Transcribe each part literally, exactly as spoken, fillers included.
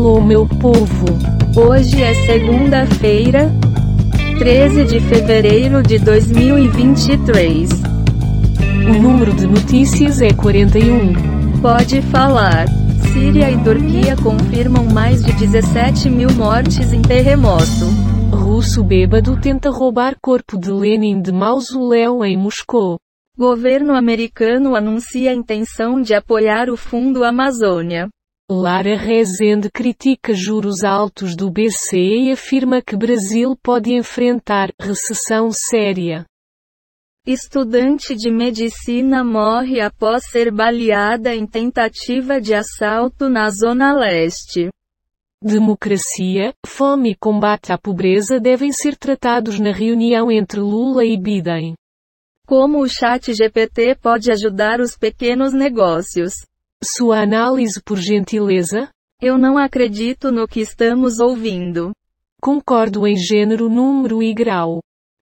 Alô meu povo, Hoje é segunda-feira, treze de fevereiro de dois mil e vinte e três. o número de notícias é quarenta e um. Pode falar. Síria e Turquia confirmam mais de dezessete mil mortes em terremoto. Russo bêbado tenta roubar corpo de Lenin de mausoléu em Moscou. Governo americano anuncia a intenção de apoiar o Fundo Amazônia. Lara Rezende critica juros altos do B C E e afirma que Brasil pode enfrentar recessão séria. Estudante de medicina morre após ser baleada em tentativa de assalto na Zona Leste. Democracia, fome e combate à pobreza devem ser tratados na reunião entre Lula e Biden. Como o ChatGPT pode ajudar os pequenos negócios? Sua análise por gentileza? Eu não acredito no que estamos ouvindo. Concordo em gênero, número e grau.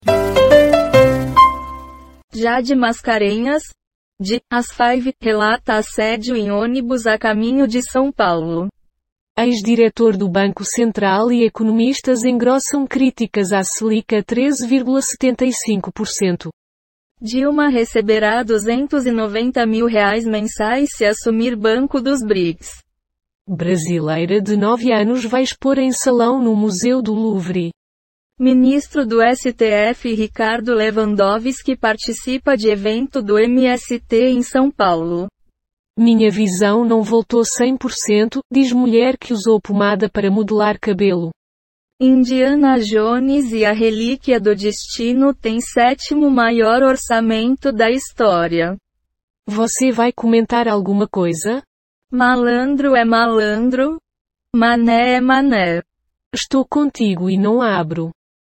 Jade Mascarenhas, de As Five, relata assédio em ônibus a caminho de São Paulo. Ex-diretor do Banco Central e economistas engrossam críticas à Selic treze vírgula setenta e cinco por cento. Dilma receberá duzentos e noventa mil reais mensais se assumir Banco dos B R I C S. Brasileira de nove anos vai expor em salão no Museu do Louvre. Ministro do S T F Ricardo Lewandowski participa de evento do M S T em São Paulo. Minha visão não voltou cem por cento, diz mulher que usou pomada para modelar cabelo. Indiana Jones e a Relíquia do Destino tem sétimo maior orçamento da história. Você vai comentar alguma coisa? Malandro é malandro, mané é mané. Estou contigo e não abro.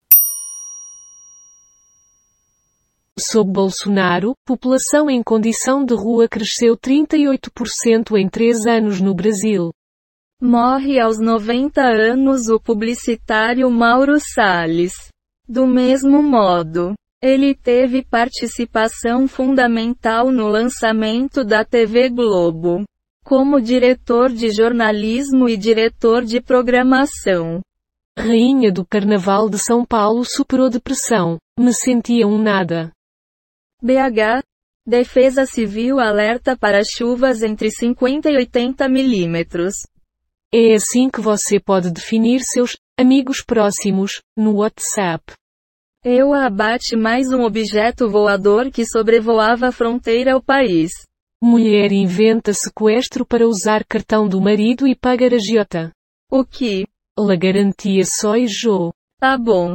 Sob Bolsonaro, população em condição de rua cresceu trinta e oito por cento em três anos no Brasil. Morre aos noventa anos o publicitário Mauro Salles. Do mesmo modo, ele teve participação fundamental no lançamento da T V Globo, como diretor de jornalismo e diretor de programação. Rainha do Carnaval de São Paulo superou depressão. Me sentia um nada. B H. Defesa Civil alerta para chuvas entre cinquenta e oitenta milímetros. É assim que você pode definir seus amigos próximos no WhatsApp. Eu abate mais um objeto voador que sobrevoava a fronteira ao país. Mulher inventa sequestro para usar cartão do marido e pagar agiota. O que? La garantia só e Jô. Tá bom.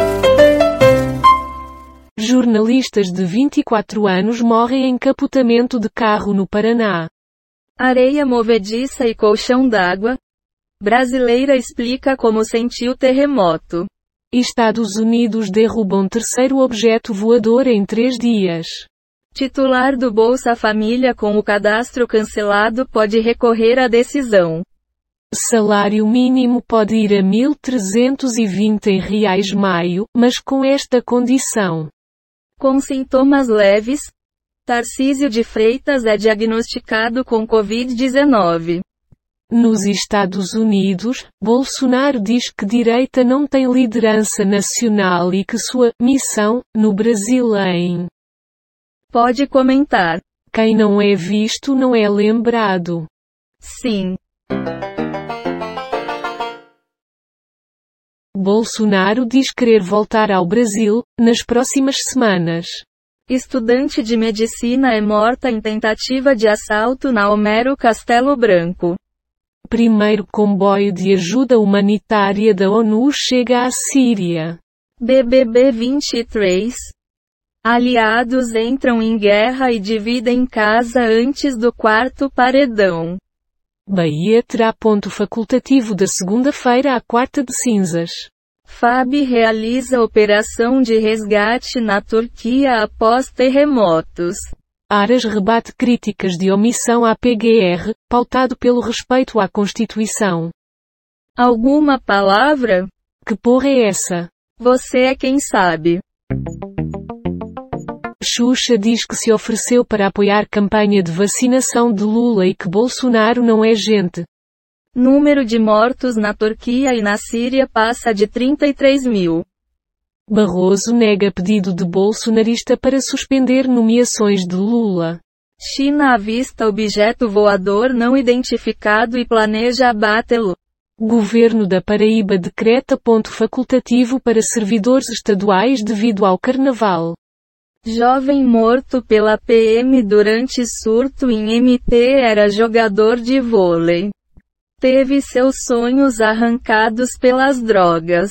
Jornalistas de vinte e quatro anos morrem em capotamento de carro no Paraná. Areia movediça e colchão d'água. Brasileira explica como sentiu terremoto. Estados Unidos derrubam terceiro objeto voador em três dias. Titular do Bolsa Família com o cadastro cancelado pode recorrer à decisão. Salário mínimo pode ir a mil trezentos e vinte em reais maio, mas com esta condição. Com sintomas leves, Tarcísio de Freitas é diagnosticado com covid dezenove. Nos Estados Unidos, Bolsonaro diz que direita não tem liderança nacional e que sua missão, no Brasil é em... Pode comentar. Quem não é visto não é lembrado. Sim. Bolsonaro diz querer voltar ao Brasil, nas próximas semanas. Estudante de medicina é morta em tentativa de assalto na Homero Castelo Branco. Primeiro comboio de ajuda humanitária da ONU chega à Síria. B B B vinte e três. Aliados entram em guerra e dividem casa antes do quarto paredão. Bahia terá ponto facultativo da segunda-feira à quarta de cinzas. F A B realiza operação de resgate na Turquia após terremotos. Aras rebate críticas de omissão à P G R, pautado pelo respeito à Constituição. Alguma palavra? Que porra é essa? Você é quem sabe. Xuxa diz que se ofereceu para apoiar campanha de vacinação de Lula e que Bolsonaro não é gente. Número de mortos na Turquia e na Síria passa de trinta e três mil. Barroso nega pedido de bolsonarista para suspender nomeações de Lula. China avista objeto voador não identificado e planeja abatê-lo. Governo da Paraíba decreta ponto facultativo para servidores estaduais devido ao carnaval. Jovem morto pela P M durante surto em M T era jogador de vôlei. Teve seus sonhos arrancados pelas drogas.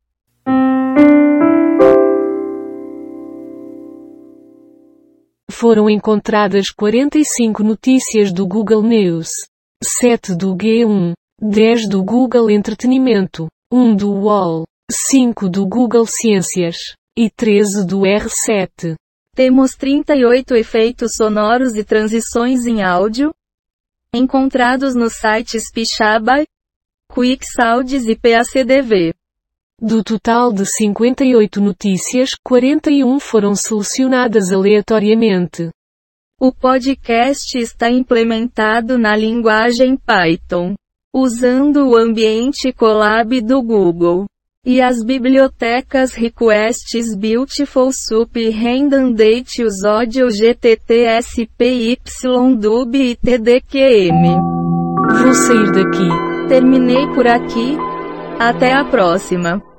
Foram encontradas quarenta e cinco notícias do Google News, sete do G um, dez do Google Entretenimento, um do U O L, cinco do Google Ciências, e treze do R sete. Temos trinta e oito efeitos sonoros e transições em áudio, encontrados nos sites Pixabay, QuickSounds e P A C D V. Do total de cinquenta e oito notícias, quarenta e uma foram selecionadas aleatoriamente. O podcast está implementado na linguagem Python, usando o ambiente Colab do Google, e as bibliotecas Requests Beautiful Soup e Redundant Audio G T T S P Y Dub e T D Q M. Vou sair daqui. Terminei por aqui. Até a próxima.